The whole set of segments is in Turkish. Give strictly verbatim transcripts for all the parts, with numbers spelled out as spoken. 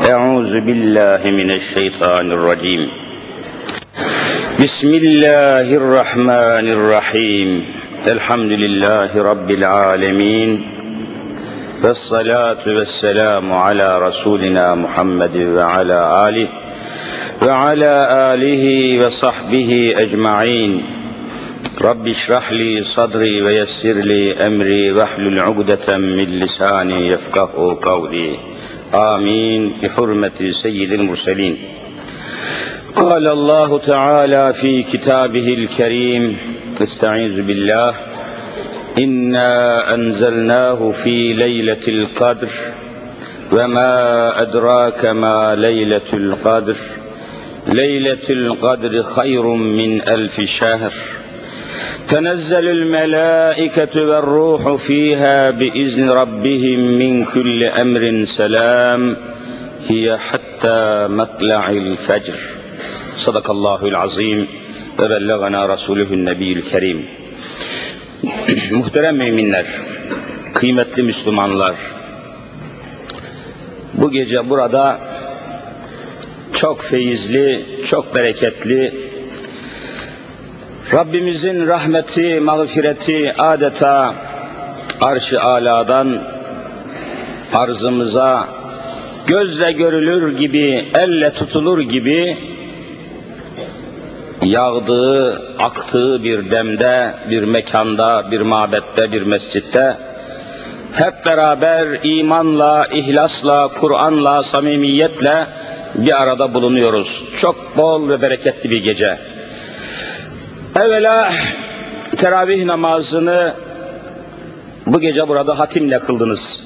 Euzu billahi mineşşeytanirracim. Bismillahirrahmanirrahim. Elhamdülillahi Rabbil alemin. Vessalatu vesselamu ala Resulina Muhammed ve ala alihi ve ala alihi ve sahbihi ecma'in. Rabbi şrahli sadri ve yessirli emri ve hlul ugdeten min lisani yefkahu kavli. Amin. Bi hurmeti seyyidil murselin. قال الله تعالى في كتابه الكريم استعيذ بالله إنا أنزلناه في ليلة القدر وما أدراك ما ليلة القدر ليلة القدر خير من ألف شهر تنزل الملائكة والروح فيها بإذن ربهم من كل أمر سلام هي حتى مطلع الفجر. Sadakallahul azim ve bellagana rasuluhun nebiyyül kerim. Muhterem müminler, kıymetli Müslümanlar, bu gece burada çok feyizli, çok bereketli, Rabbimizin rahmeti, mağfireti adeta arş-ı âlâdan arzımıza gözle görülür gibi, elle tutulur gibi yağdığı, aktığı bir demde, bir mekanda, bir mabette, bir mescitte hep beraber imanla, ihlasla, Kur'an'la, samimiyetle bir arada bulunuyoruz. Çok bol ve bereketli bir gece. Evvela teravih namazını bu gece burada hatimle kıldınız.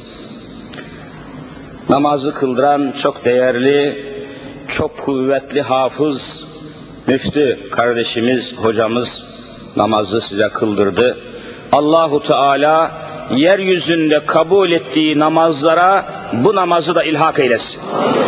Namazı kıldıran çok değerli, çok kuvvetli hafız, müftü kardeşimiz, hocamız namazı size kıldırdı. Allahu Teala yeryüzünde kabul ettiği namazlara bu namazı da ilhak eylesin.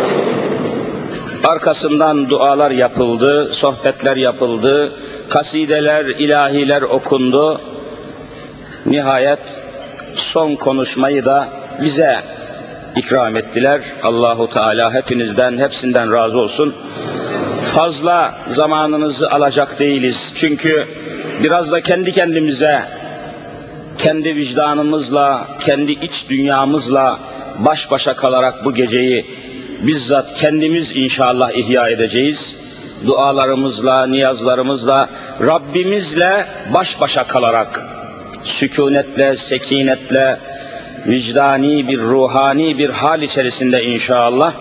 Arkasından dualar yapıldı, sohbetler yapıldı, kasideler, ilahiler okundu. Nihayet son konuşmayı da bize ikram ettiler. Allahu Teala hepinizden, hepsinden razı olsun. Fazla zamanınızı alacak değiliz. Çünkü biraz da kendi kendimize, kendi vicdanımızla, kendi iç dünyamızla baş başa kalarak bu geceyi bizzat kendimiz inşallah ihya edeceğiz. Dualarımızla, niyazlarımızla, Rabbimizle baş başa kalarak, sükunetle, sekinetle, vicdani bir, ruhani bir hal içerisinde inşallah.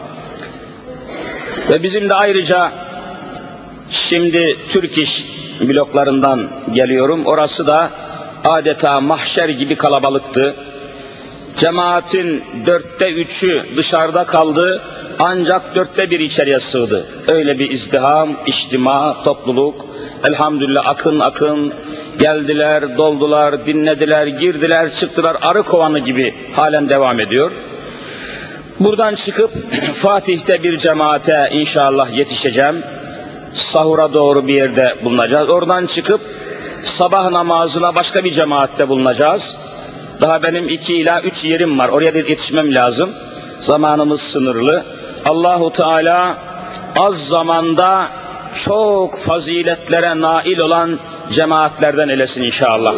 Ve bizim de ayrıca şimdi Türk İş bloklarından geliyorum. Orası da adeta mahşer gibi kalabalıktı. Cemaatin dörtte üçü dışarıda kaldı, ancak dörtte bir içeriye sığdı. Öyle bir izdiham, içtima, topluluk, elhamdülillah akın akın geldiler, doldular, dinlediler, girdiler, çıktılar, arı kovanı gibi halen devam ediyor. Buradan çıkıp Fatih'te bir cemaate inşallah yetişeceğim. Sahura doğru bir yerde bulunacağız. Oradan çıkıp sabah namazına başka bir cemaatte bulunacağız. Daha benim iki ila üç yerim var. Oraya da yetişmem lazım. Zamanımız sınırlı. Allahu Teala az zamanda çok faziletlere nail olan cemaatlerden eylesin inşallah.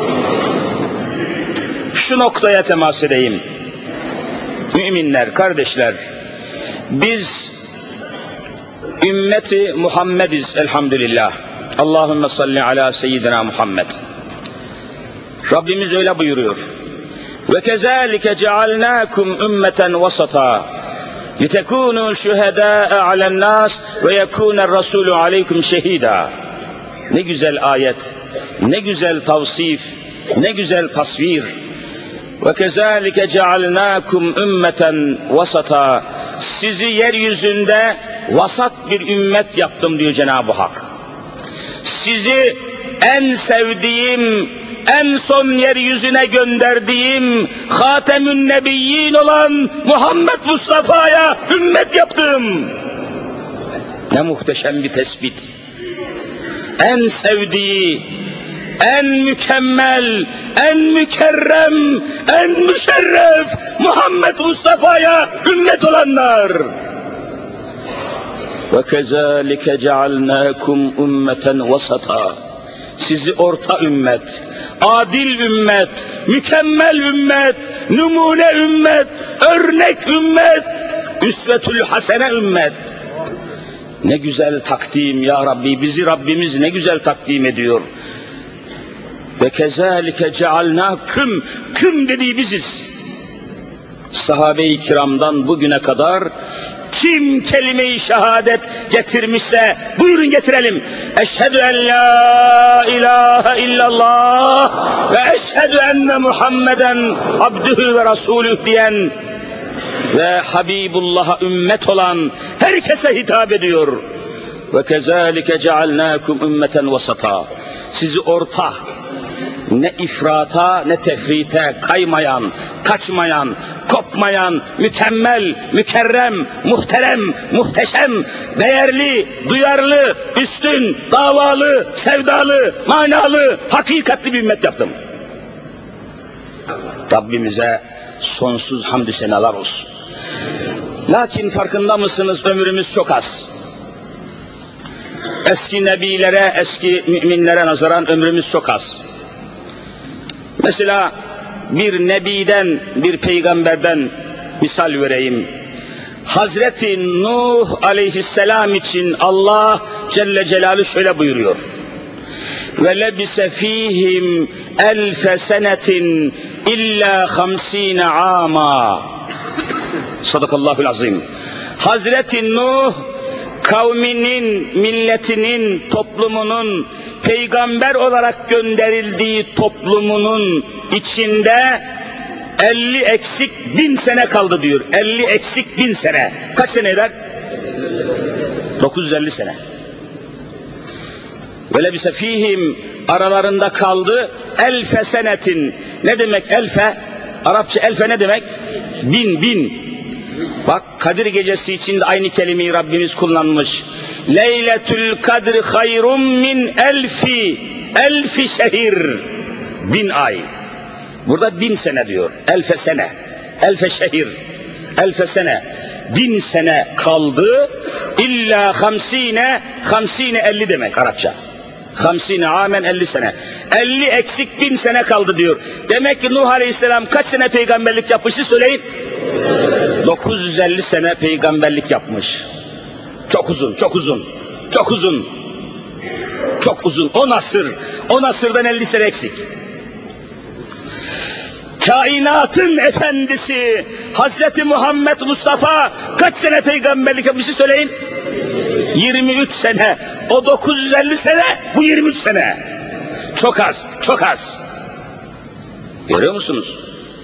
Şu noktaya temas edeyim. Müminler, kardeşler, biz ümmeti Muhammediz elhamdülillah. Allahümme salli ala seyyidina Muhammed. Rabbimiz öyle buyuruyor. Ve kezalike cealnakum ümmeten vasata litekunu şuhedâe ale'n-nâs ve yekûner rasûlü aleykum şehîdâ. Ne güzel ayet, ne güzel tavsif, ne güzel tasvir. Ve kezalike cealnakum ümmeten vasata. Sizi yeryüzünde vasat bir ümmet yaptım diyor Cenab-ı Hak. Sizi en sevdiğim, en son yeryüzüne gönderdiğim Hatemün Nebiyyin olan Muhammed Mustafa'ya ümmet yaptım. Ne muhteşem bir tespit. En sevdiği, en mükemmel, en mükerrem, en müşerref Muhammed Mustafa'ya ümmet olanlar. Ve kezalike cealnakum ummeten vasata. Sizi orta ümmet, adil ümmet, mükemmel ümmet, numune ümmet, örnek ümmet, üsvetül hasene ümmet. Ne güzel takdim ya Rabbi, bizi Rabbimiz ne güzel takdim ediyor. Ve kezalike cealnakum, küm dediği biziz. Sahabe-i kiramdan bugüne kadar kim kelime-i şehadet getirmişse buyurun getirelim. Eşhedü en la ilahe illallah ve eşhedü enne Muhammeden abdühü ve rasulüh diyen ve Habibullah'a ümmet olan herkese hitap ediyor. Ve kezalike cealnakum ümmeten vasata. Sizi orta, ne ifrata ne tefrite kaymayan, kaçmayan, kopmayan, mükemmel, mükerrem, muhterem, muhteşem, değerli, duyarlı, üstün, davalı, sevdalı, manalı, hakikatli bir ümmet yaptım. Rabbimize sonsuz hamdü senalar olsun. Lakin farkında mısınız, ömrümüz çok az. Eski nebilere, eski müminlere nazaran ömrümüz çok az. Mesela bir nebiden, bir peygamberden misal vereyim. Hazreti Nuh aleyhisselam için Allah Celle Celaluhu şöyle buyuruyor. Ve lebise fihim elfe senetin illa hamsine ama. Sadakallahul azim. Hazreti Nuh kavminin, milletinin, toplumunun peygamber olarak gönderildiği toplumunun içinde elli eksik bin sene kaldı diyor. elli eksik bin sene. Kaç sene eder? dokuz yüz elli sene. Böyle bir fihim aralarında kaldı elfe senetin. Ne demek elfe? Arapça elfe ne demek? Bin, bin. Bak Kadir gecesi için de aynı kelimeyi Rabbimiz kullanmış. Leyletül kadr hayrun min elfi, elfi şehir. Bin ay. Burada bin sene diyor. Elfe sene. Elfe şehir. Elfe sene. Bin sene kaldı. İlla hamsine, hamsine elli demek Arapça. Hamsine amen elli sene. elli eksik bin sene kaldı diyor. Demek ki Nuh Aleyhisselam kaç sene peygamberlik yapmıştı söyleyin. dokuz yüz elli sene peygamberlik yapmış. Çok uzun, çok uzun, çok uzun. Çok uzun. On asır. On asırdan elli sene eksik. Kainatın efendisi Hazreti Muhammed Mustafa kaç sene peygamberlik yapmıştı söyleyin? yirmi üç sene. O dokuz yüz elli sene, bu yirmi üç sene. Çok az, çok az. Görüyor musunuz?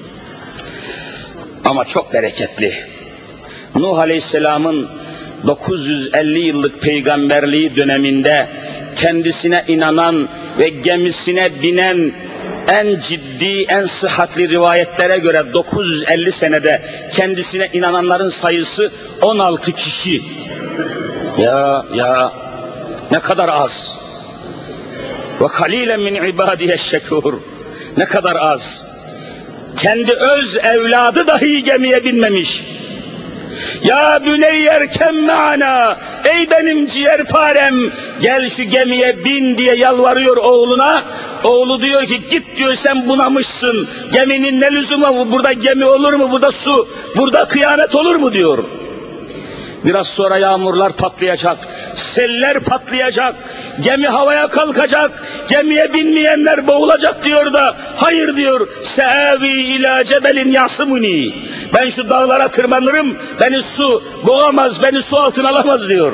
Ama çok bereketli. Nuh Aleyhisselam'ın dokuz yüz elli yıllık peygamberliği döneminde kendisine inanan ve gemisine binen en ciddi, en sıhhatli rivayetlere göre dokuz yüz elli senede kendisine inananların sayısı on altı kişi. Ya ya ne kadar az. Ve halilen min ibadiyeşşekur. Ne kadar az. Kendi öz evladı dahi gemiye binmemiş. Ya büneyyerken me'ana, ey benim ciğerparem, gel şu gemiye bin diye yalvarıyor oğluna. Oğlu diyor ki git diyor, sen bunamışsın. Geminin ne lüzumu var? Burada gemi olur mu? Burada su, burada kıyamet olur mu diyor. Biraz sonra yağmurlar patlayacak, seller patlayacak, gemi havaya kalkacak, gemiye binmeyenler boğulacak diyor da, hayır diyor, se'avi ila cebelin yasımuni, ben şu dağlara tırmanırım, beni su boğamaz, beni su altına alamaz diyor.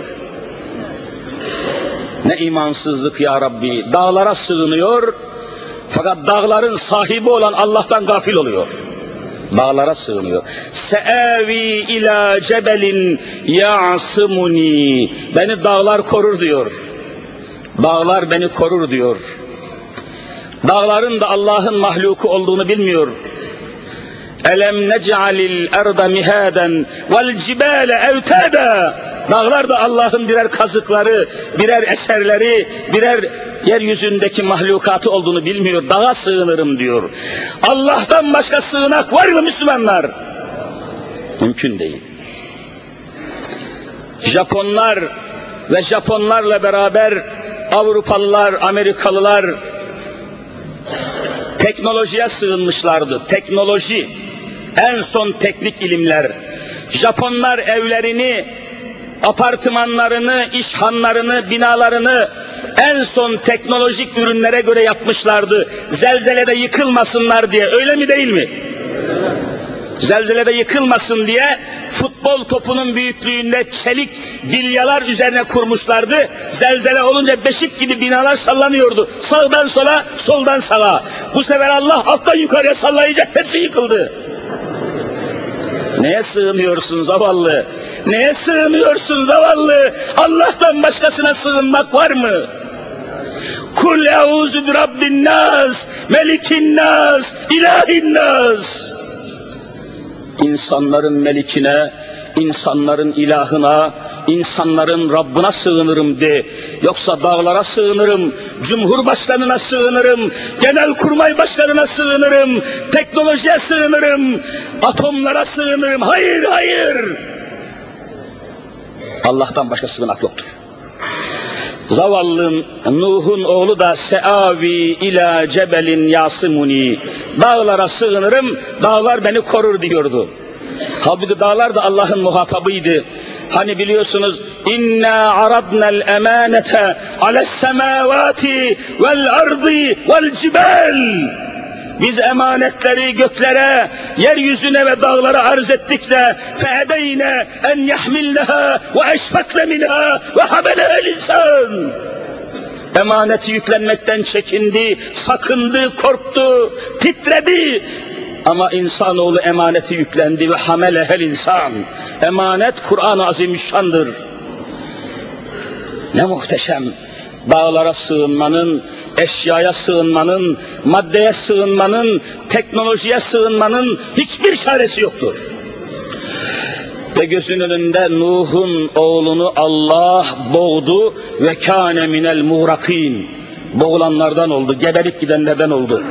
Ne imansızlık ya Rabbi, dağlara sığınıyor, fakat dağların sahibi olan Allah'tan gafil oluyor. Dağlara sığınıyor. Se'avi ila cebelin ya'simuni. Beni dağlar korur diyor. Dağlar beni korur diyor. Dağların da Allah'ın mahluku olduğunu bilmiyor. Elem nec'alil erda mihaden vel cibale evtada. Dağlar da Allah'ın birer kazıkları, birer eserleri, birer yeryüzündeki mahlukatı olduğunu bilmiyor. Dağa sığınırım diyor. Allah'tan başka sığınak var mı Müslümanlar? Mümkün değil. Japonlar ve Japonlarla beraber Avrupalılar, Amerikalılar teknolojiye sığınmışlardı. Teknoloji, en son teknik ilimler. Japonlar evlerini, apartmanlarını, işhanlarını, binalarını en son teknolojik ürünlere göre yapmışlardı. Zelzelede yıkılmasınlar diye, öyle mi değil mi? Zelzelede yıkılmasın diye futbol topunun büyüklüğünde çelik bilyalar üzerine kurmuşlardı. Zelzele olunca beşik gibi binalar sallanıyordu. Sağdan sola, soldan sağa. Bu sefer Allah alttan yukarıya sallayınca hepsi yıkıldı. Neye sığınıyorsun zavallı? Neye sığınıyorsun zavallı? Allah'tan başkasına sığınmak var mı? Kul eûzü bi rabbin nas, melikin nas, ilahin nas. İnsanların melikine, insanların ilahına, insanların Rabbına sığınırım de. Yoksa dağlara sığınırım, Cumhurbaşkanına sığınırım, Genelkurmay Başkanına sığınırım, teknolojiye sığınırım, atomlara sığınırım. Hayır, hayır! Allah'tan başka sığınak yoktur. Zavallı Nuh'un oğlu da seavi ila cebelin yasimuni. Dağlara sığınırım, dağlar beni korur diyordu. Halbuki dağlar da Allah'ın muhatabıydı. Hani biliyorsunuz inna aradna'l emanete ale's semavati vel ardi vel cibal. Biz emanetleri göklere, yeryüzüne ve dağlara arz ettik de feebeyne en yahmilneha ve eşfekne minha ve hamelehel insan. Emaneti yüklenmekten çekindi, sakındı, korktu, titredi. Ama insanoğlu emaneti yüklendi ve hamelehel insan. Emanet Kur'an-ı Azimüşşan'dır. Ne muhteşem! Dağlara sığınmanın, eşyaya sığınmanın, maddeye sığınmanın, teknolojiye sığınmanın hiçbir çaresi yoktur. Ve gözünün önünde Nuh'un oğlunu Allah boğdu ve kâne minel muğrakîn. Boğulanlardan oldu, geberip gidenlerden oldu.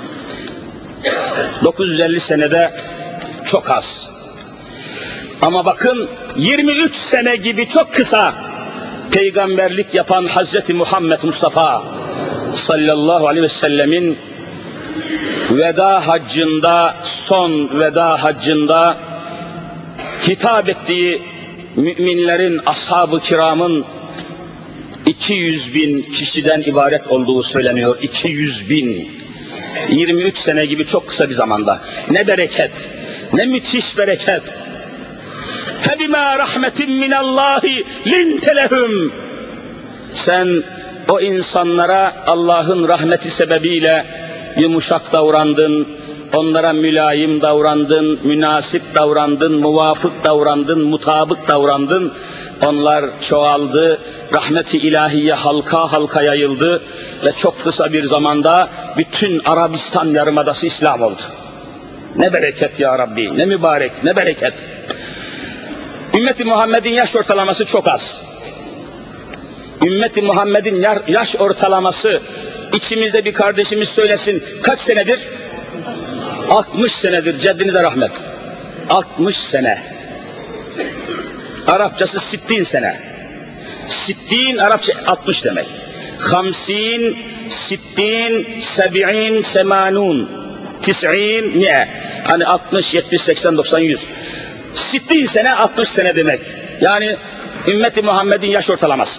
dokuz yüz elli senede çok az. Ama bakın yirmi üç sene gibi çok kısa peygamberlik yapan Hazreti Muhammed Mustafa sallallahu aleyhi ve sellemin veda haccında, son veda haccında hitap ettiği müminlerin, ashab-ı kiramın iki yüz bin kişiden ibaret olduğu söyleniyor. iki yüz bin. yirmi üç sene gibi çok kısa bir zamanda. Ne bereket, ne müthiş bereket. فَبِمَا رَحْمَةٍ مِّنَ اللّٰهِ لِنْتَ لَهُمْ. Sen o insanlara Allah'ın rahmeti sebebiyle yumuşak davrandın, onlara mülayim davrandın, münasip davrandın, muvafık davrandın, mutabık davrandın. Onlar çoğaldı, rahmet-i ilahiye halka halka yayıldı ve çok kısa bir zamanda bütün Arabistan Yarımadası İslam oldu. Ne bereket ya Rabbi, ne mübarek, ne bereket. Ümmeti Muhammed'in yaş ortalaması çok az. Ümmeti Muhammed'in yaş ortalaması, içimizde bir kardeşimiz söylesin, kaç senedir? altmış senedir, ceddinize rahmet. altmış sene. Arapçası sittin sene. Sittin Arapça altmış demek. Hamsin, sittin, seb'in, semanun, tis'in, mi'e. Hani altmış, yetmiş, seksen, doksan, yüz. Sittin sene, altmış sene demek. Yani ümmeti Muhammed'in yaş ortalaması.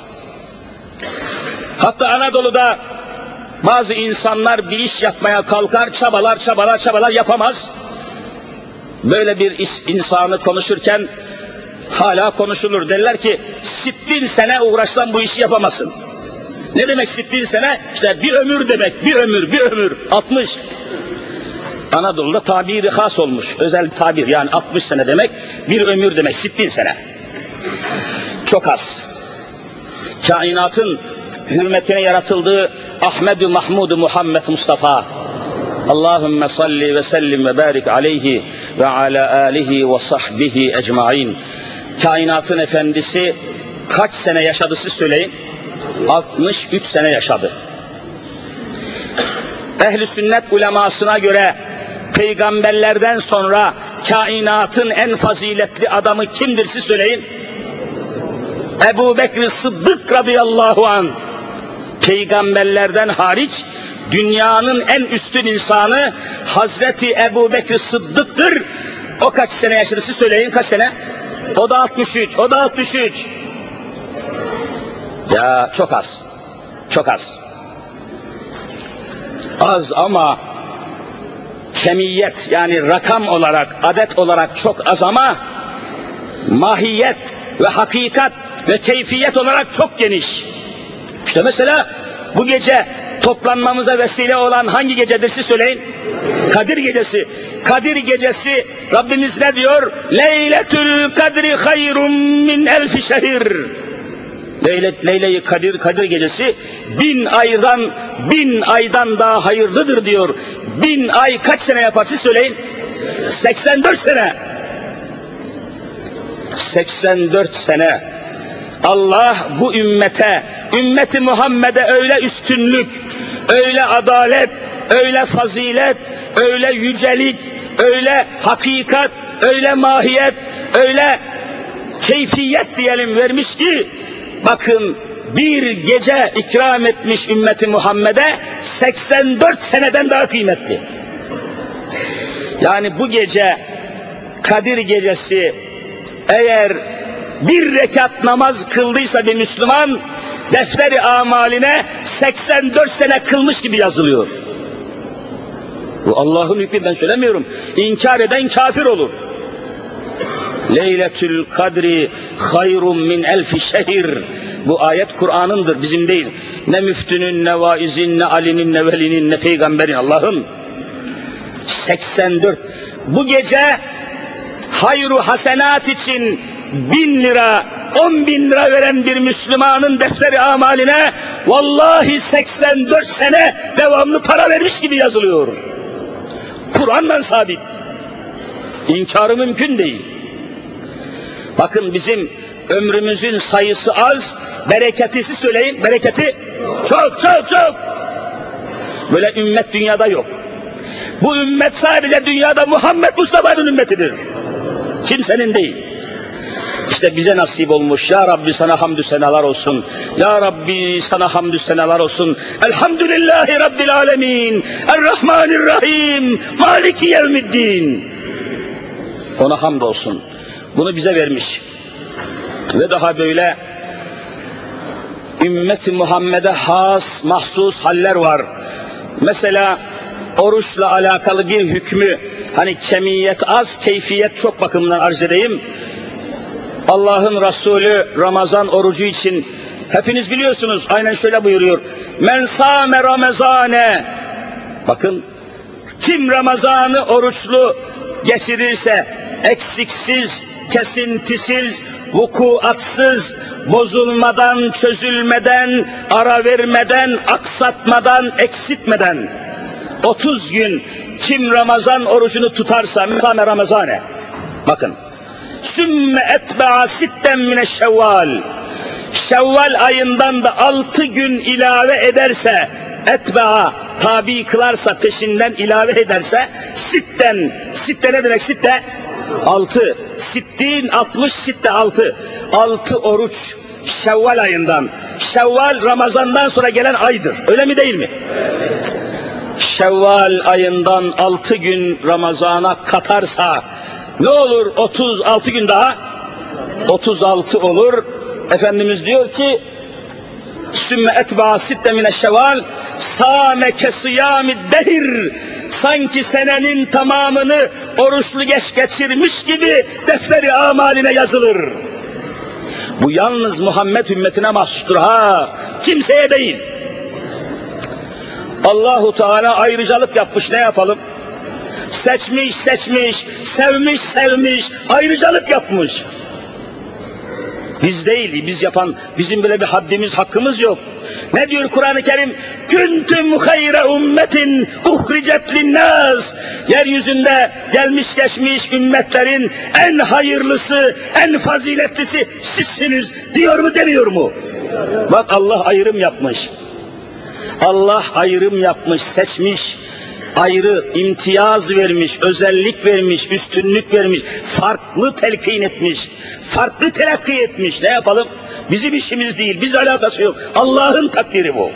Hatta Anadolu'da bazı insanlar bir iş yapmaya kalkar, çabalar, çabalar, çabalar yapamaz. Böyle bir iş, insanı konuşurken hala konuşulur. Derler ki, sittin sene uğraşsan bu işi yapamazsın. Ne demek sittin sene? İşte bir ömür demek, bir ömür, bir ömür, altmış. Anadolu'da tabiri has olmuş, özel tabir, yani altmış sene demek, bir ömür demek, sittin sene. Çok az. Kainatın hürmetine yaratıldığı Ahmed-i Mahmud-u Muhammed Mustafa, Allahümme salli ve sellim ve barik aleyhi ve ala alihi ve sahbihi ecmain. Kainatın efendisi kaç sene yaşadı siz söyleyin? altmış üç sene yaşadı. Ehl-i sünnet ulemasına göre peygamberlerden sonra kainatın en faziletli adamı kimdir siz söyleyin? Ebu Bekir Sıddık radıyallahu anh, peygamberlerden hariç dünyanın en üstün insanı Hazreti Ebu Bekir Sıddık'tır. O kaç sene yaşadı siz söyleyin, kaç sene? O da altmış üç, o da altmış üç. Ya çok az, çok az. Az ama kemiyet, yani rakam olarak, adet olarak çok az ama mahiyet ve hakikat ve keyfiyet olarak çok geniş. İşte mesela bu gece toplanmamıza vesile olan hangi gecedir siz söyleyin? Kadir gecesi. Kadir gecesi Rabbimiz ne diyor? Leyletül kadri hayrun min elfi şehir. Leyle, Leyle-i Kadir, Kadir gecesi bin aydan, bin aydan daha hayırlıdır diyor. Bin ay kaç sene yapar siz söyleyin? seksen dört sene. seksen dört sene. Allah bu ümmete, ümmeti Muhammed'e öyle üstünlük, öyle adalet, öyle fazilet, öyle yücelik, öyle hakikat, öyle mahiyet, öyle keyfiyet diyelim vermiş ki, bakın bir gece ikram etmiş ümmeti Muhammed'e seksen dört seneden daha kıymetli. Yani bu gece Kadir gecesi eğer bir rekat namaz kıldıysa bir Müslüman, defteri amaline seksen dört sene kılmış gibi yazılıyor. Bu Allah'ın hükmü, ben söylemiyorum. İnkar eden kafir olur. Leyletül kadri hayrun min elfi şehir. Bu ayet Kur'an'ındır, bizim değil. Ne müftünün, ne vaizin, ne Ali'nin, ne velinin, ne peygamberin, Allah'ın. seksen dört. Bu gece hayru hasenat için bin lira, on bin lira veren bir Müslümanın defteri amaline vallahi seksen dört sene devamlı para vermiş gibi yazılıyor. Kur'an'dan sabit. İnkarı mümkün değil. Bakın bizim ömrümüzün sayısı az, bereketi siz söyleyin, bereketi çok çok çok. Böyle ümmet dünyada yok. Bu ümmet sadece dünyada Muhammed Mustafa'nın ümmetidir. Kimsenin değil. İşte bize nasip olmuş. Ya Rabbi sana hamdü senalar olsun. Ya Rabbi sana hamdü senalar olsun. Elhamdülillahi Rabbil alemin. Errahmanirrahim. Maliki yevmiddin. Ona hamd olsun. Bunu bize vermiş. Ve daha böyle ümmeti Muhammed'e has, mahsus haller var. Mesela oruçla alakalı bir hükmü, hani kemiyet az, keyfiyet çok bakımından arz edeyim. Allah'ın Resulü Ramazan orucu için, hepiniz biliyorsunuz, aynen şöyle buyuruyor. Men sâme ramazâne. Bakın, kim Ramazan'ı oruçlu geçirirse, eksiksiz, kesintisiz, vukuatsız, bozulmadan, çözülmeden, ara vermeden, aksatmadan, eksiltmeden otuz gün kim Ramazan orucunu tutarsa, mesame Ramazane, bakın, sümme etbe'a sitten mine şevval, Şevval ayından da altı gün ilave ederse, etbe'a tabi kılarsa, peşinden ilave ederse, sitten, sitte ne demek sitte? Altı, sittin, altmış, sitte altı, altı oruç Şevval ayından. Şevval Ramazan'dan sonra gelen aydır, öyle mi değil mi? Şevval ayından altı gün Ramazan'a katarsa ne olur? otuz altı gün daha otuz altı olur. Efendimiz diyor ki sümme etba'a sitte mine şevval sâme kesiyâmid dehir, sanki senenin tamamını oruçlu geç geçirmiş gibi defteri amaline yazılır. Bu yalnız Muhammed ümmetine mahsustur ha, kimseye değil. Allahu Teala ayrıcalık yapmış, ne yapalım? Seçmiş, seçmiş, sevmiş, sevmiş, ayrıcalık yapmış. Biz değil, biz yapan, bizim böyle bir haddimiz, hakkımız yok. Ne diyor Kur'an-ı Kerim? Küntüm hayre ümmetin uhricet linnâs. Yeryüzünde gelmiş geçmiş ümmetlerin en hayırlısı, en faziletlisi sizsiniz diyor mu, demiyor mu? Bak, Allah ayrım yapmış. Allah ayrım yapmış, seçmiş, ayrı imtiyaz vermiş, özellik vermiş, üstünlük vermiş, farklı telkin etmiş, farklı telakki etmiş. Ne yapalım? Bizim işimiz değil, bizle alakası yok. Allah'ın takdiri bu.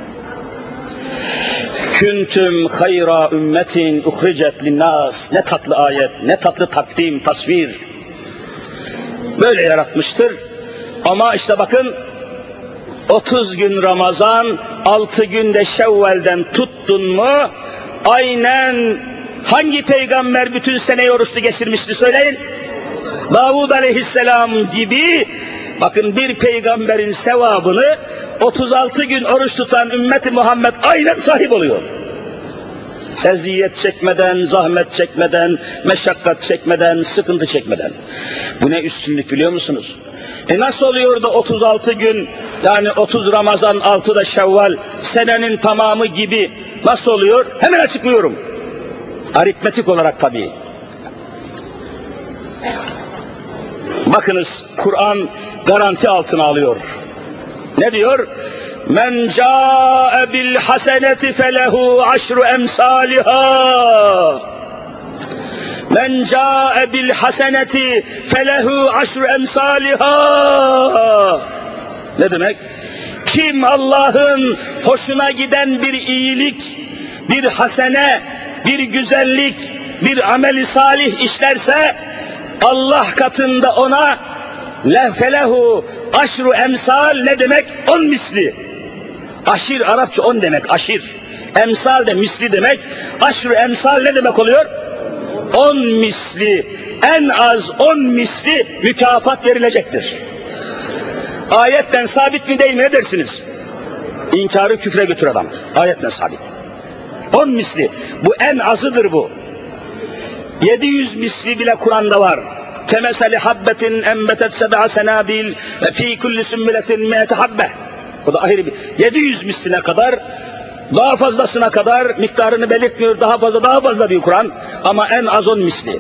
Küntüm hayra ümmetin uhricet linnas. Ne tatlı ayet, ne tatlı takdim, tasvir. Böyle yaratmıştır. Ama işte bakın, otuz gün Ramazan, altı günde Şevval'den tuttun mu, aynen hangi peygamber bütün seneyi oruçlu geçirmişti söyleyin? Davud aleyhisselam gibi. Bakın, bir peygamberin sevabını otuz altı gün oruç tutan ümmeti Muhammed aynen sahip oluyor. Eziyet çekmeden, zahmet çekmeden, meşakkat çekmeden, sıkıntı çekmeden. Bu ne üstünlük biliyor musunuz? E nasıl oluyor da otuz altı gün, yani otuz Ramazan, altı da Şevval, senenin tamamı gibi nasıl oluyor? Hemen açıklıyorum. Aritmetik olarak tabii. Bakınız, Kur'an garanti altına alıyor. Ne diyor? Men ca'e bil haseneti felehu aşru emsaliha. Men ca'e bil haseneti felehu aşru emsaliha. Ne demek? Kim Allah'ın hoşuna giden bir iyilik, bir hasene, bir güzellik, bir ameli salih işlerse, Allah katında ona lefelehu aşru emsal. Ne demek? On misli. Aşir Arapça on demek, aşir. Emsal de misli demek. Aşru emsal ne demek oluyor? On misli, en az on misli mükafat verilecektir. Ayetten sabit mi değil mi, ne dersiniz? İnkarı küfre götür adam. Ayetten sabit. On misli. Bu en azıdır bu. yedi yüz misli bile Kur'an'da var. Kemeseli habbetin enbetet seb'a senabil ve fi kulli sümbületin mi'ete habbe. Bu da ayrı bir. yedi yüz misline kadar, daha fazlasına kadar, miktarını belirtmiyor, daha fazla daha fazla bir Kur'an, ama en az on misli.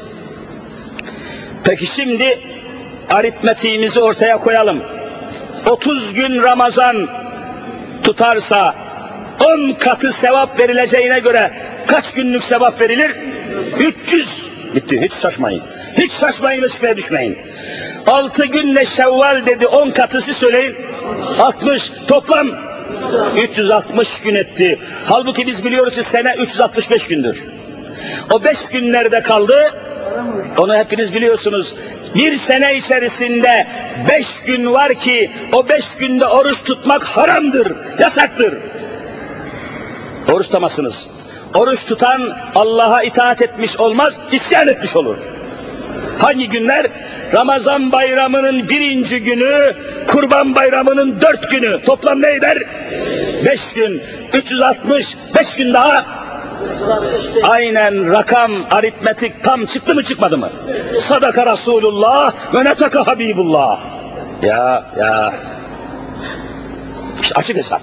Peki şimdi aritmetiğimizi ortaya koyalım. otuz gün Ramazan tutarsa on katı sevap verileceğine göre kaç günlük sevap verilir? üç yüz. Bitti, hiç şaşmayın. Hiç şaşmayın ve şüpheye düşmeyin. altı günle Şevval dedi, on katısı söyleyin. altmış, toplam üç yüz altmış gün etti. Halbuki biz biliyoruz ki sene üç yüz altmış beş gündür. O beş gün nerede kaldı? Onu hepiniz biliyorsunuz. Bir sene içerisinde beş gün var ki o beş günde oruç tutmak haramdır, yasaktır. Oruç tutamazsınız. Oruç tutan Allah'a itaat etmiş olmaz, isyan etmiş olur. Hangi günler? Ramazan bayramının birinci günü, Kurban bayramının dört günü. Toplam ne eder? Beş gün. üç yüz altmış, beş gün daha. Aynen rakam, aritmetik tam çıktı mı çıkmadı mı? Sadaka Resulullah ve netaka Habibullah. Ya ya. İşte açık hesap.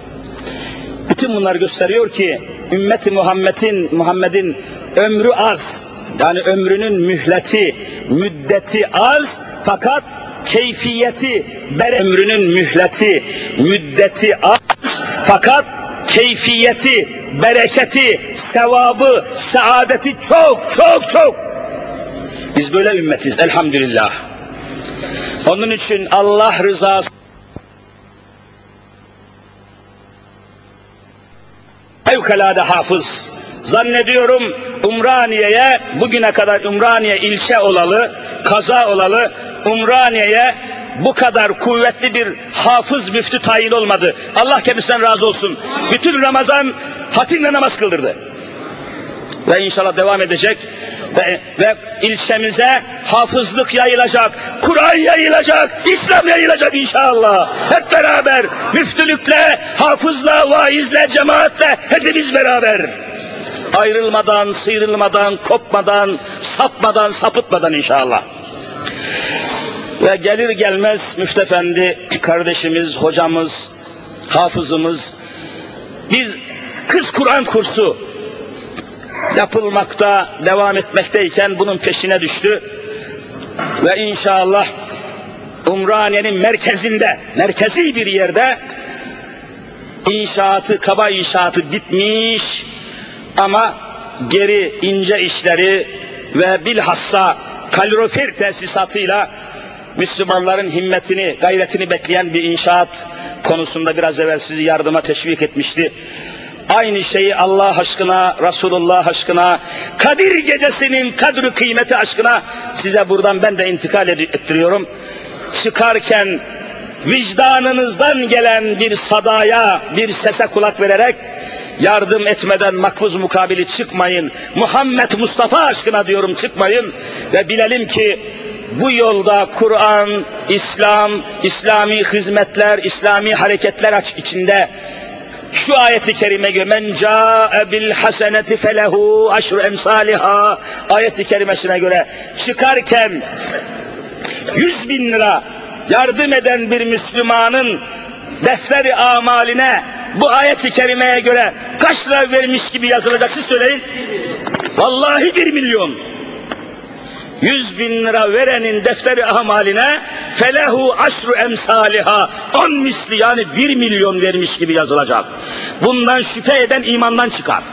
Bütün bunlar gösteriyor ki ümmeti Muhammed'in Muhammed'in ömrü az. Yani ömrünün mühleti, müddeti az, fakat keyfiyeti, ömrünün mühleti, müddeti az, fakat keyfiyeti, bereketi, sevabı, saadeti çok çok çok. Biz böyle ümmetiz elhamdülillah. Onun için Allah rızası fevkalade hafız. Zannediyorum Umraniye'ye, bugüne kadar Umraniye ilçe olalı, kaza olalı, Umraniye'ye bu kadar kuvvetli bir hafız müftü tayin olmadı. Allah kendisinden razı olsun. Bütün Ramazan hatimle namaz kıldırdı. Ve inşallah devam edecek. Ve, ve ilçemize hafızlık yayılacak, Kur'an yayılacak, İslam yayılacak inşallah. Hep beraber, müftülükle, hafızla, vaizle, cemaatle, hepimiz beraber. Ayrılmadan, sıyrılmadan, kopmadan, sapmadan, sapıtmadan inşallah. Ve gelir gelmez Müftü Efendi kardeşimiz, hocamız, hafızımız, biz kız Kur'an kursu yapılmakta, devam etmekteyken bunun peşine düştü. Ve inşallah Umraniye'nin merkezinde, merkezi bir yerde inşaatı, kaba inşaatı bitmiş ama geri ince işleri ve bilhassa kalorifer tesisatıyla Müslümanların himmetini, gayretini bekleyen bir inşaat konusunda biraz evvel sizi yardıma teşvik etmişti. Aynı şeyi Allah aşkına, Resulullah aşkına, Kadir gecesinin kadri kıymeti aşkına size buradan ben de intikal ettiriyorum. Çıkarken vicdanınızdan gelen bir sadaya, bir sese kulak vererek yardım etmeden makbuz mukabili çıkmayın. Muhammed Mustafa aşkına diyorum, çıkmayın ve bilelim ki bu yolda Kur'an, İslam, İslami hizmetler, İslami hareketler içinde şu ayeti kerime göre men ca'e bil haseneti felehu aşru emsaliha ayeti kerimesine göre çıkarken yüz bin lira yardım eden bir Müslümanın defteri amaline bu ayeti kerimeye göre kaç lira vermiş gibi yazılacak, siz söyleyin. Vallahi bir milyon. Yüz bin lira verenin defteri amaline felehu aşru emsaliha on misli, yani bir milyon vermiş gibi yazılacak. Bundan şüphe eden imandan çıkar.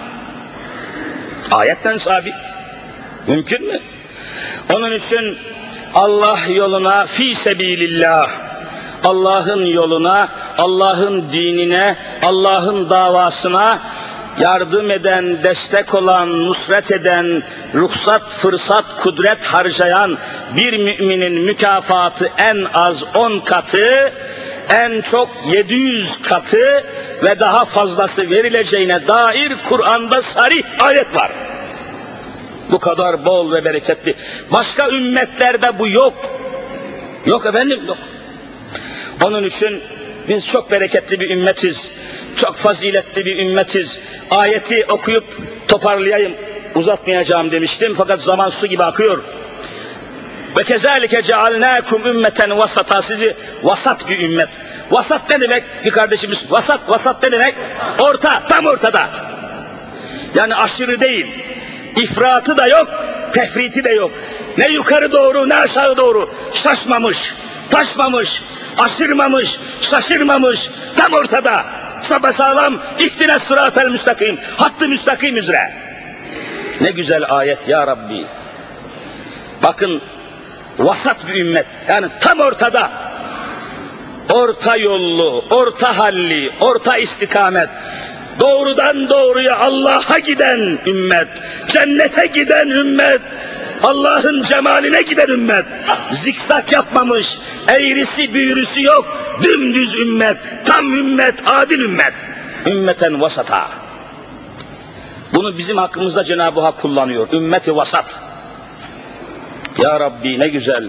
Ayetten sabit. Mümkün mü? Onun için Allah yoluna fi sebilillah, Allah'ın yoluna, Allah'ın dinine, Allah'ın davasına yardım eden, destek olan, nusret eden, ruhsat, fırsat, kudret harcayan bir müminin mükafatı en az on katı, en çok yedi yüz katı ve daha fazlası verileceğine dair Kur'an'da sarih ayet var. Bu kadar bol ve bereketli. Başka ümmetlerde bu yok. Yok efendim, yok. Onun için biz çok bereketli bir ümmetiz. Çok faziletli bir ümmetiz. Ayeti okuyup toparlayayım, uzatmayacağım demiştim fakat zaman su gibi akıyor. Ve kezalike cealnâkum ümmeten vasata, sizi vasat bir ümmet. Vasat ne demek bir kardeşimiz? Vasat, vasat ne demek? Orta, tam ortada. Yani aşırı değil. İfratı da yok, tefriti de yok. Ne yukarı doğru ne aşağı doğru. Şaşmamış, taşmamış, aşırmamış, şaşırmamış, tam ortada. Sapasağlam, ihtine sıratel müstakim, hattı müstakim üzere. Ne güzel ayet ya Rabbi. Bakın, vasat bir ümmet, yani tam ortada. Orta yollu, orta halli, orta istikamet. Doğrudan doğruya Allah'a giden ümmet, cennete giden ümmet, Allah'ın cemaline giden ümmet, zikzak yapmamış, eğrisi büğrüsü yok, dümdüz ümmet, tam ümmet, adil ümmet, ümmeten vasata. Bunu bizim hakkımızda Cenab-ı Hak kullanıyor, ümmeti vasat. Ya Rabbi ne güzel,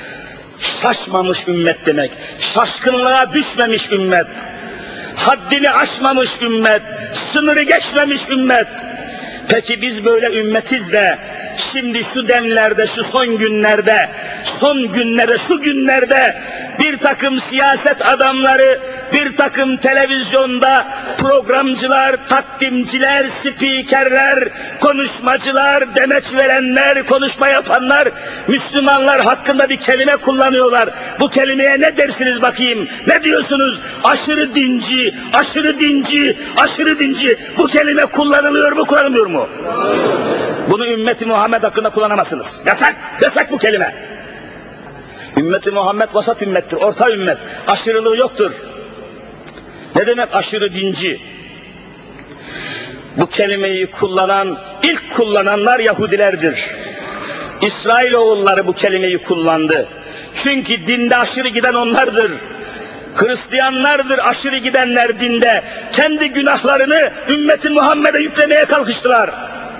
şaşmamış ümmet demek, şaşkınlığa düşmemiş ümmet, haddini aşmamış ümmet, sınırı geçmemiş ümmet. Peki biz böyle ümmetiz de şimdi şu demlerde, şu son günlerde, son günlerde, şu günlerde bir takım siyaset adamları, bir takım televizyonda programcılar, takdimciler, spikerler, konuşmacılar, demeç verenler, konuşma yapanlar, Müslümanlar hakkında bir kelime kullanıyorlar. Bu kelimeye ne dersiniz bakayım? Ne diyorsunuz? Aşırı dinci, aşırı dinci, aşırı dinci. Bu kelime kullanılıyor mu, kullanılmıyor mu? Bunu ümmeti Muhammed hakkında kullanamazsınız. Yasak, yasak bu kelime. Ümmeti Muhammed vasat ümmettir, orta ümmet. Aşırılığı yoktur. Ne demek aşırı dinci? Bu kelimeyi kullanan, ilk kullananlar Yahudilerdir. İsrailoğulları bu kelimeyi kullandı. Çünkü dinde aşırı giden onlardır. Hristiyanlardır aşırı gidenler dinde. Kendi günahlarını ümmeti Muhammed'e yüklemeye kalkıştılar.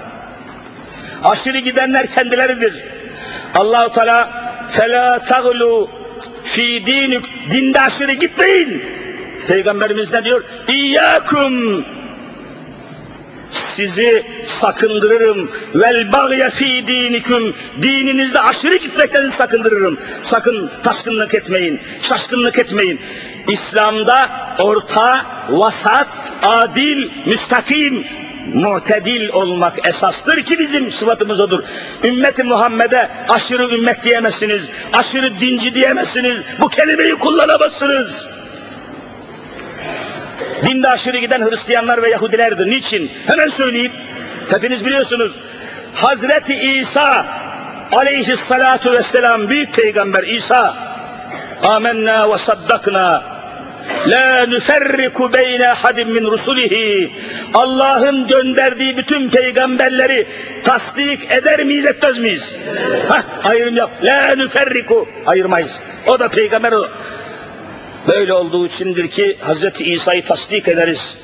Aşırı gidenler kendileridir. Allah-u Teala فَلَا تَغْلُوا ف۪ي دِينِكُمْ, dinde aşırı gitmeyin. Peygamberimiz ne diyor? İyyâkum, sizi sakındırırım. Vel bagye fî dînikum, dininizde aşırı gitmekten sakındırırım. Sakın taşkınlık etmeyin, şaşkınlık etmeyin. İslam'da orta, vasat, adil, müstakim, mu'tedil olmak esastır ki bizim sıfatımız odur. Ümmeti Muhammed'e aşırı ümmet diyemezsiniz, aşırı dinci diyemezsiniz, bu kelimeyi kullanamazsınız. Dinde aşırı giden Hristiyanlar ve Yahudilerdir. Niçin? Hemen söyleyeyim. Hepiniz biliyorsunuz. Hazreti İsa aleyhissalatu vesselam, büyük peygamber İsa Âmennâ ve saddaknâ. La nüferriku beyne hadim min rusulihi. Allah'ın gönderdiği bütün peygamberleri tasdik eder miyiz, etmez miyiz? Hah, ayrım yok. La nüferriku. Ayırmayız. O da peygamber o. Böyle olduğu içindir ki Hazreti İsa'yı tasdik ederiz.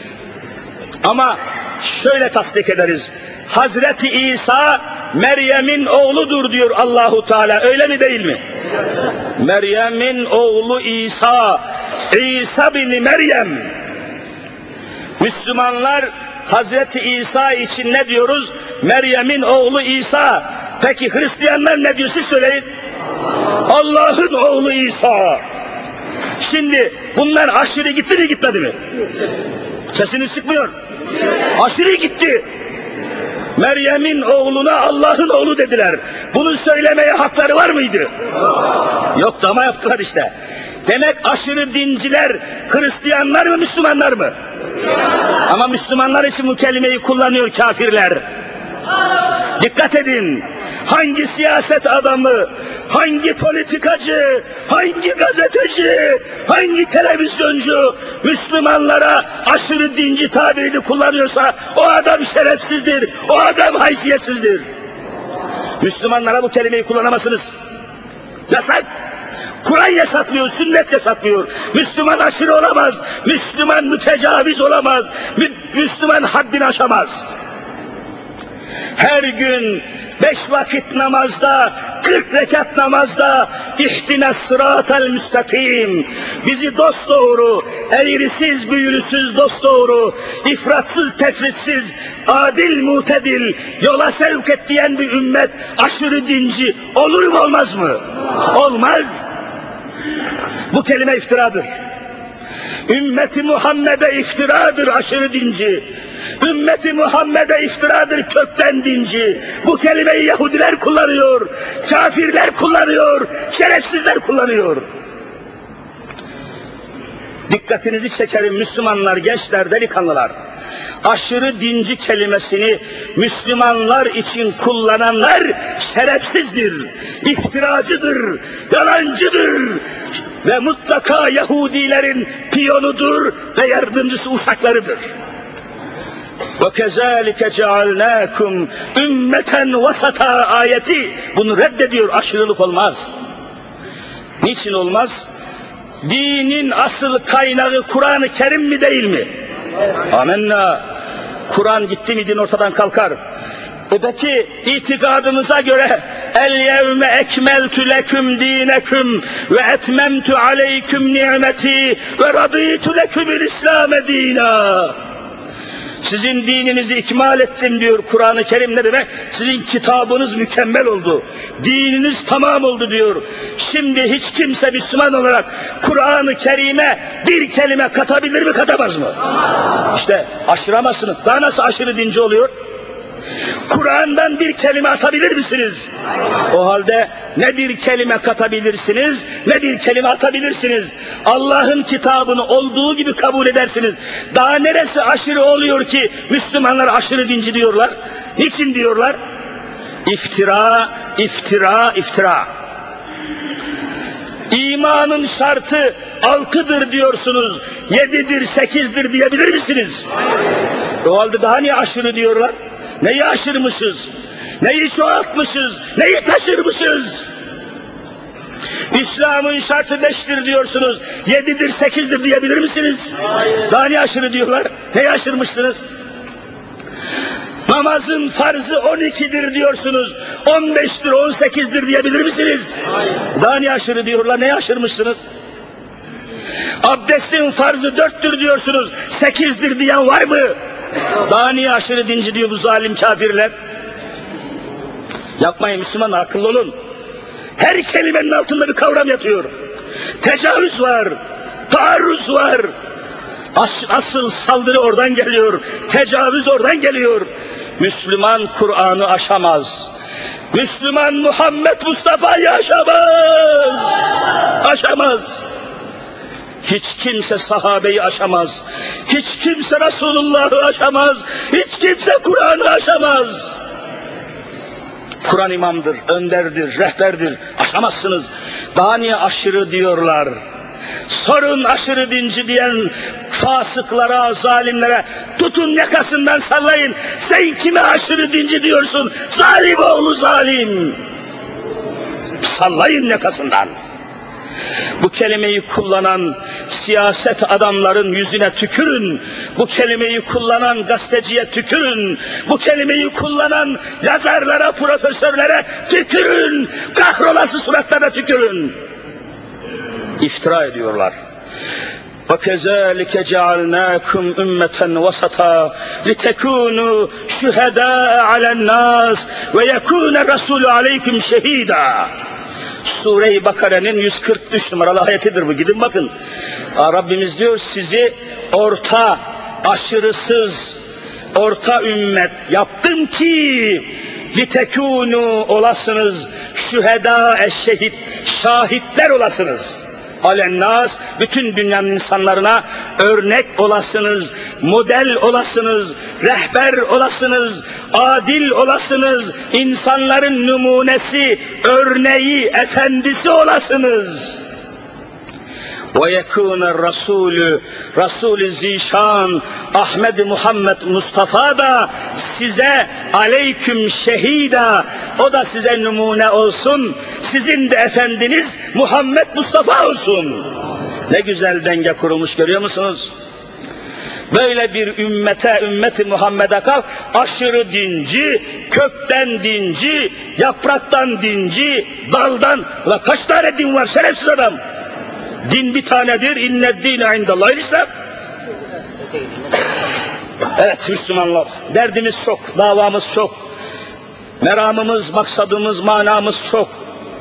Ama şöyle tasdik ederiz. Hazreti İsa Meryem'in oğludur diyor Allahu Teala. Öyle mi değil mi? Meryem'in oğlu İsa. İsa bin Meryem. Müslümanlar Hazreti İsa için ne diyoruz? Meryem'in oğlu İsa. Peki Hristiyanlar ne diyor? Siz söyleyin. Allah'ın oğlu İsa. Şimdi bunlar aşırı gitti mi, gitmedi mi? Sesini sıkmıyor. Aşırı gitti. Meryem'in oğluna Allah'ın oğlu dediler. Bunu söylemeye hakları var mıydı? Yoktu ama yaptılar işte. Demek aşırı dinciler Hristiyanlar mı, Müslümanlar mı? Ama Müslümanlar için bu kelimeyi kullanıyor kafirler. Dikkat edin. Hangi siyaset adamı, hangi politikacı, hangi gazeteci, hangi televizyoncu Müslümanlara aşırı dinci tabirini kullanıyorsa o adam şerefsizdir, o adam haysiyetsizdir. Müslümanlara bu kelimeyi kullanamazsınız. Yasak. Kur'an yasakmıyor, sünnet yasakmıyor. Müslüman aşırı olamaz, Müslüman mütecaviz olamaz, Mü Müslüman haddini aşamaz. Her gün beş vakit namazda, kırk rekat namazda ihdine sıratel müstakim, bizi dosdoğru, eğrisiz büyülüsüz dosdoğru, ifratsız tefritsiz, adil mutedil yola sevk et diyen bir ümmet aşırı dinci olur mu, olmaz mı? Olmaz. Bu kelime iftiradır. Ümmeti Muhammed'e iftiradır aşırı dinci. Ümmeti Muhammed'e iftiradır kökten dinci. Bu kelimeyi Yahudiler kullanıyor, kafirler kullanıyor, şerefsizler kullanıyor. Dikkatinizi çekerim Müslümanlar, gençler, delikanlılar. Aşırı dinci kelimesini Müslümanlar için kullananlar şerefsizdir, iftiracıdır, yalancıdır ve mutlaka Yahudilerin piyonudur ve yardımcısı, uşaklarıdır. وَكَذَٰلِكَ جَعَلْنَاكُمْ ümmeten vasata ayeti bunu reddediyor. Aşırılık olmaz. Niçin olmaz? Dinin asıl kaynağı Kur'an-ı Kerim mi, değil mi? Amenna. Kur'an gitti mi din ortadan kalkar. E peki itikadımıza göre el yevme ekmeltü leküm dineküm ve etmemtü aleyküm nimeti ve radîtü lekümül İslâme dînâ. Sizin dininizi ikmal ettim diyor Kur'an-ı Kerim. Ne demek? Sizin kitabınız mükemmel oldu. Dininiz tamam oldu diyor. Şimdi hiç kimse Müslüman olarak Kur'an-ı Kerim'e bir kelime katabilir mi, katamaz mı? İşte aşıramazsınız. Daha nasıl aşırı dinci oluyor? Kur'an'dan bir kelime atabilir misiniz? O halde ne bir kelime katabilirsiniz, ne bir kelime atabilirsiniz. Allah'ın kitabını olduğu gibi kabul edersiniz. Daha neresi aşırı oluyor ki Müslümanlar aşırı dinci diyorlar? Niçin diyorlar? İftira, iftira, iftira. İmanın şartı altıdır diyorsunuz, yedidir, sekizdir diyebilir misiniz? O halde daha niye aşırı diyorlar? Neyi aşırmışız? Neyi çoğaltmışız? Neyi taşırmışız? İslam'ın şartı beştir diyorsunuz, yedidir, sekizdir diyebilir misiniz? Hayır. Daha niye aşırı diyorlar? Neyi aşırmışsınız? Namazın farzı on ikidir diyorsunuz, on beştir, on sekizdir diyebilir misiniz? Hayır. Daha niye aşırı diyorlar? Neyi aşırmışsınız? Abdestin farzı dörttür diyorsunuz, sekizdir diyen var mı? Daha niye aşırı dinci diyor bu zalim kafirler? Yapmayın Müslüman, akıllı olun. Her kelimenin altında bir kavram yatıyor. Tecavüz var, taarruz var. As asıl saldırı oradan geliyor, tecavüz oradan geliyor. Müslüman Kur'an'ı aşamaz. Müslüman Muhammed Mustafa'yı aşamaz. Aşamaz. Hiç kimse sahabeyi aşamaz. Hiç kimse Resulullah'ı aşamaz. Hiç kimse Kur'an'ı aşamaz. Kur'an imamdır, önderdir, rehberdir. Aşamazsınız. Daha niye aşırı diyorlar? Sorun aşırı dinci diyen fasıklara, zalimlere, tutun yakasından sallayın. Sen kime aşırı dinci diyorsun? Zalim oğlu zalim. Sallayın yakasından. Bu kelimeyi kullanan siyaset adamların yüzüne tükürün. Bu kelimeyi kullanan gazeteciye tükürün. Bu kelimeyi kullanan yazarlara, profesörlere tükürün. Kahrolası suratlara tükürün. İftira ediyorlar. وَكَذَٰلِكَ جَعَلْنَاكُمْ اُمَّةً وَسَطًا لِتَكُونُوا شُهَدَاءَ عَلَى النَّاسِ وَيَكُونَ الرَّسُولُ عَلَيْكُمْ شَهِيدًا. Sure-i Bakara'nın yüz kırk üç numaralı ayetidir bu. Gidin bakın. Rabbimiz diyor, sizi orta, aşırısız, orta ümmet yaptım ki litekûnû olasınız, şühedâ eşşehid, şahitler olasınız. Alennâs, bütün dünyanın insanlarına örnek olasınız, model olasınız, rehber olasınız, adil olasınız, insanların numunesi, örneği, efendisi olasınız. وَيَكُونَ الرَّسُولُ Resul-i Zişan Ahmed Muhammed Mustafa da size aleyküm şehida, o da size numune olsun, sizin de efendiniz Muhammed Mustafa olsun. Ne güzel denge kurulmuş, görüyor musunuz? Böyle bir ümmete, ümmeti Muhammed'e kalk, aşırı dinci, kökten dinci, yapraktan dinci, daldan, la kaç tane din var şerefsiz adam? Din bir tanedir. İnneddîne indallâhil İslam. Evet Müslümanlar, derdimiz çok, davamız çok, meramımız, maksadımız, manamız çok.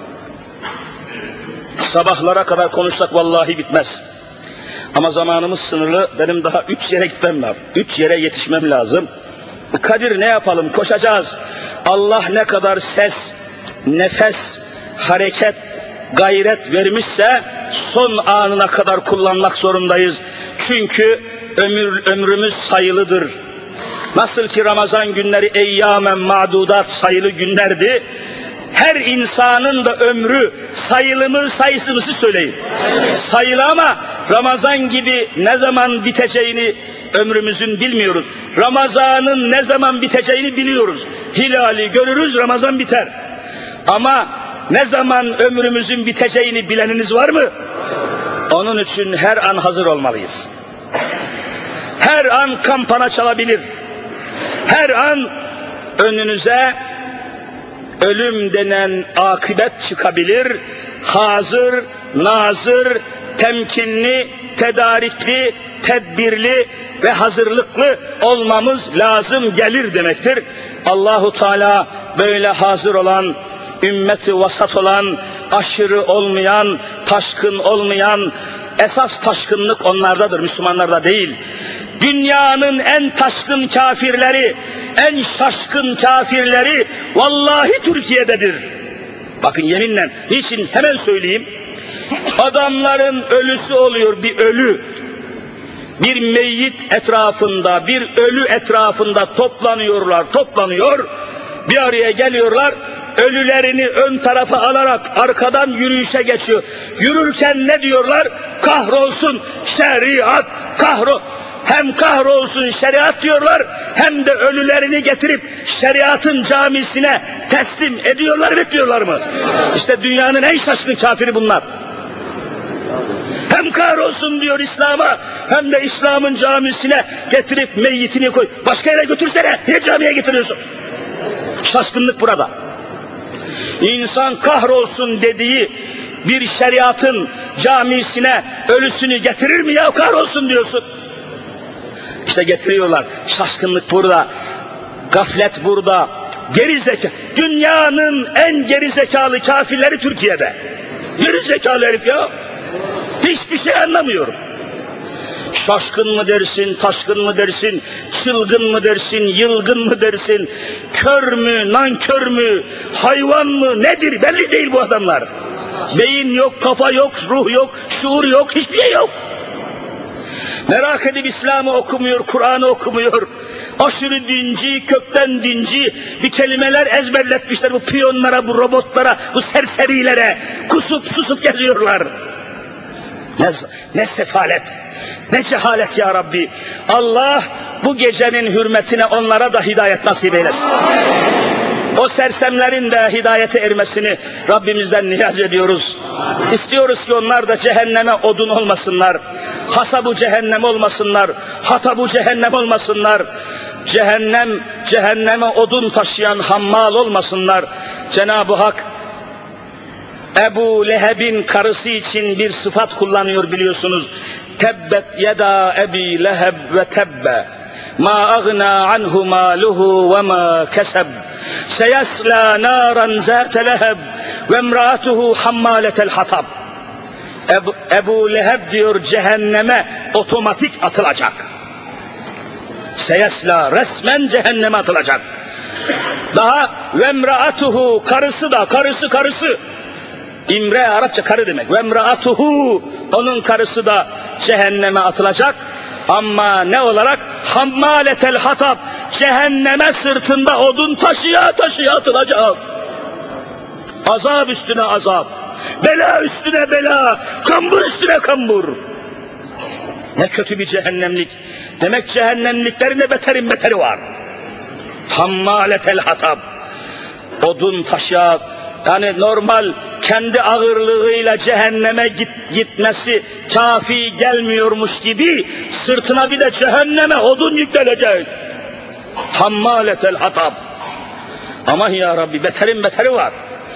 Sabahlara kadar konuşsak vallahi bitmez. Ama zamanımız sınırlı, benim daha üç yere gitmem lazım. Üç yere yetişmem lazım. Kadir ne yapalım, koşacağız. Allah ne kadar ses, nefes, hareket, gayret vermişse son anına kadar kullanmak zorundayız. Çünkü ömür, ömrümüz sayılıdır. Nasıl ki Ramazan günleri eyyâmen ma'dudat, sayılı günlerdi. Her insanın da ömrü sayılı mı, sayısız mı söyleyin. Sayılı ama Ramazan gibi ne zaman biteceğini ömrümüzün bilmiyoruz. Ramazanın ne zaman biteceğini biliyoruz. Hilali görürüz, Ramazan biter. Ama ne zaman ömrümüzün biteceğini bileniniz var mı? Onun için her an hazır olmalıyız. Her an kampana çalabilir. Her an önünüze ölüm denen akıbet çıkabilir. Hazır, nazır, temkinli, tedarikli, tedbirli ve hazırlıklı olmamız lazım gelir demektir. Allahu Teala böyle hazır olan, ümmeti vasat olan, aşırı olmayan, taşkın olmayan, esas taşkınlık onlardadır, Müslümanlarda değil. Dünyanın en taşkın kafirleri, en şaşkın kafirleri vallahi Türkiye'dedir. Bakın yeminle, niçin hemen söyleyeyim. Adamların ölüsü oluyor, bir ölü. Bir meyyit etrafında, bir ölü etrafında toplanıyorlar, toplanıyor. Bir araya geliyorlar. Ölülerini ön tarafa alarak arkadan yürüyüşe geçiyor. Yürürken ne diyorlar? Kahrolsun şeriat, kahro. Hem kahrolsun şeriat diyorlar, hem de ölülerini getirip şeriatın camisine teslim ediyorlar ve diyorlar mı? İşte dünyanın en şaşkın kafiri bunlar. Hem kahrolsun diyor İslam'a, hem de İslam'ın camisine getirip meyyitini koy. Başka yere götürsene, niye camiye getiriyorsun? Şaşkınlık burada. İnsan kahrolsun dediği bir şeriatın camisine ölüsünü getirir mi ya? Kahrolsun diyorsun. İşte getiriyorlar. Şaşkınlık burada. Gaflet burada. Geri zeka. Dünyanın en geri zekalı kafirleri Türkiye'de. Geri zekalı herif ya. Hiçbir şey anlamıyorum. Şaşkın mı dersin, taşkın mı dersin, çılgın mı dersin, yılgın mı dersin, kör mü, nankör mü, hayvan mı, nedir belli değil bu adamlar. Beyin yok, kafa yok, ruh yok, şuur yok, hiçbir şey yok. Merak edip İslam'ı okumuyor, Kur'an'ı okumuyor, Aşırı dinci, kökten dinci bir kelimeler ezberletmişler bu piyonlara, bu robotlara, bu serserilere. Kusup susup geziyorlar. Ne, ne sefalet, ne cehalet ya Rabbi. Allah bu gecenin hürmetine onlara da hidayet nasip eylesin. O sersemlerin de hidayete ermesini Rabbimizden niyaz ediyoruz. İstiyoruz ki onlar da cehenneme odun olmasınlar. Hasabu cehennem olmasınlar. Hatabu cehennem olmasınlar. Cehennem, cehenneme odun taşıyan hammal olmasınlar. Cenab-ı Hak Ebu Leheb'in karısı için bir sıfat kullanıyor biliyorsunuz. Tebbet yeda Ebi Leheb ve tebbe. Ma agna anhu maluhu ve ma keseb. Seyasla naran zâte leheb ve emrâtuhu hammâletel hatab. Ebu, Ebu Leheb diyor cehenneme otomatik atılacak. Seyasla resmen cehenneme atılacak. Daha ve emrâtuhu karısı da karısı karısı. İmre Arapça karı demek. Ve emrâtuhu onun karısı da cehenneme atılacak. Ama ne olarak? Hammâletel hatab. Cehenneme sırtında odun taşıya taşıya atılacak. Azap üstüne azap. Bela üstüne bela. Kambur üstüne kambur. Ne kötü bir cehennemlik. Demek cehennemliklerin de beterin beteri var. Hammâletel hatab. Odun taşıya. Yani normal kendi ağırlığıyla cehenneme git, gitmesi kafi gelmiyormuş gibi sırtına bir de cehenneme odun yüklenecek. Hammâletel hatab. Ama ya Rabbi beterin beteri var.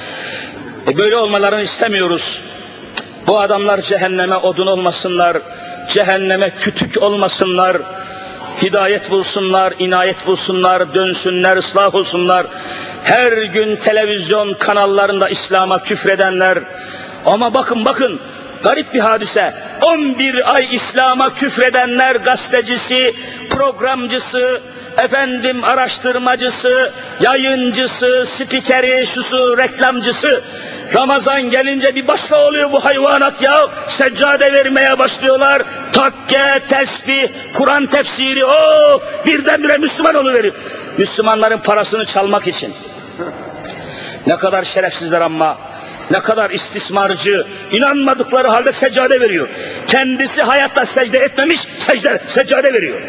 E böyle olmalarını istemiyoruz. Bu adamlar cehenneme odun olmasınlar, cehenneme kütük olmasınlar, hidayet bulsunlar, inayet bulsunlar, dönsünler, ıslah olsunlar. Her gün televizyon kanallarında İslam'a küfredenler, ama bakın bakın garip bir hadise, on bir ay İslam'a küfredenler, gazetecisi, programcısı, efendim araştırmacısı, yayıncısı, spikeri, şusu, reklamcısı, Ramazan gelince bir başka oluyor bu hayvanat ya, seccade vermeye başlıyorlar, takke, tesbih, Kur'an tefsiri, o birdenbire Müslüman oluveriyor. Müslümanların parasını çalmak için. Ne kadar şerefsizler ama, ne kadar istismarcı, inanmadıkları halde seccade veriyor. Kendisi hayatta secde etmemiş, secde, seccade veriyor.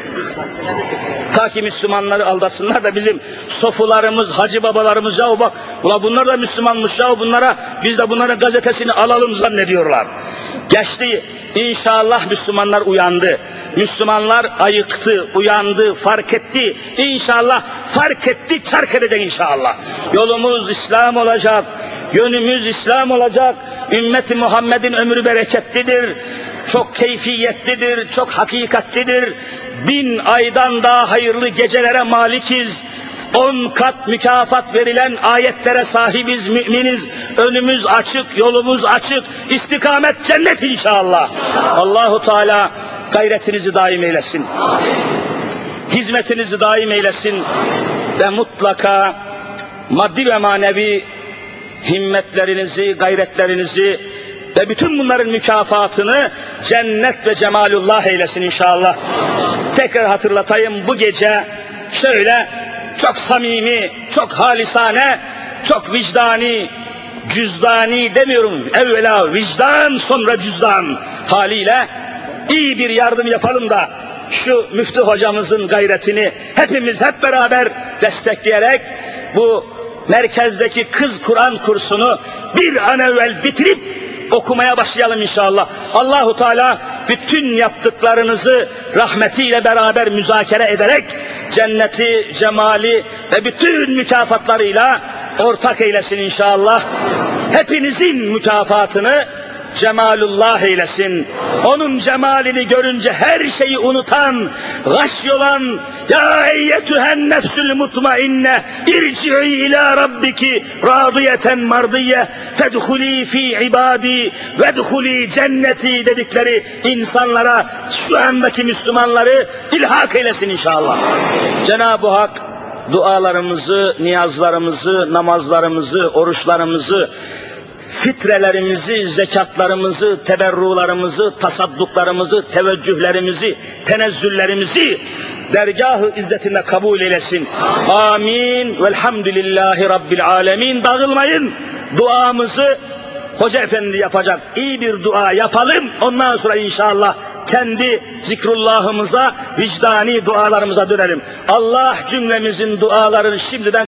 Ta ki Müslümanları aldatsınlar da bizim sofularımız, hacı babalarımız, ya bak, ula bunlar da Müslümanmış ya, bunlara, biz de bunların gazetesini alalım zannediyorlar. Geçti, inşallah Müslümanlar uyandı. Müslümanlar ayıktı, uyandı, fark etti. İnşallah fark etti, çark edecek inşallah. Yolumuz İslam olacak, yönümüz İslam olacak. Ümmeti Muhammed'in ömrü bereketlidir, çok keyfiyetlidir, çok hakikatlidir. Bin aydan daha hayırlı gecelere malikiz. On kat mükafat verilen ayetlere sahibiz, müminiz. Önümüz açık, yolumuz açık. İstikamet cennet inşallah. Allahu Teala gayretinizi daim eylesin. Hizmetinizi daim eylesin. Ve mutlaka maddi ve manevi himmetlerinizi, gayretlerinizi ve bütün bunların mükafatını cennet ve cemalullah eylesin inşallah. Tekrar hatırlatayım, bu gece şöyle çok samimi, çok halisane, çok vicdani, cüzdani demiyorum, evvela vicdan sonra cüzdan haliyle iyi bir yardım yapalım da şu müftü hocamızın gayretini hepimiz hep beraber destekleyerek bu merkezdeki kız Kur'an kursunu bir an evvel bitirip okumaya başlayalım inşallah. Allahu Teala bütün yaptıklarınızı rahmetiyle beraber müzakere ederek cenneti, cemali ve bütün mükafatlarıyla ortak eylesin inşallah. Hepinizin mükafatını cemalullah eylesin. Onun cemalini görünce her şeyi unutan, gâşy olan, ya eyyetühen nefsül mutmainne irci'i ila rabbiki radiyeten mardiye fedhuli fi ibadi vedhuli cenneti dedikleri insanlara, şu andaki Müslümanları ilhak eylesin inşallah. Cenab-ı Hak dualarımızı, niyazlarımızı, namazlarımızı, oruçlarımızı, fitrelerimizi, zekatlarımızı, teberrularımızı, tasadduklarımızı, teveccühlerimizi, tenezzüllerimizi dergah-ı izzetinde kabul eylesin. Amin. Velhamdülillahi Rabbil alemin. Dağılmayın. Duamızı Hoca Efendi yapacak. İyi bir dua yapalım. Ondan sonra inşallah kendi zikrullahımıza, vicdani dualarımıza dönelim. Allah cümlemizin dualarını şimdiden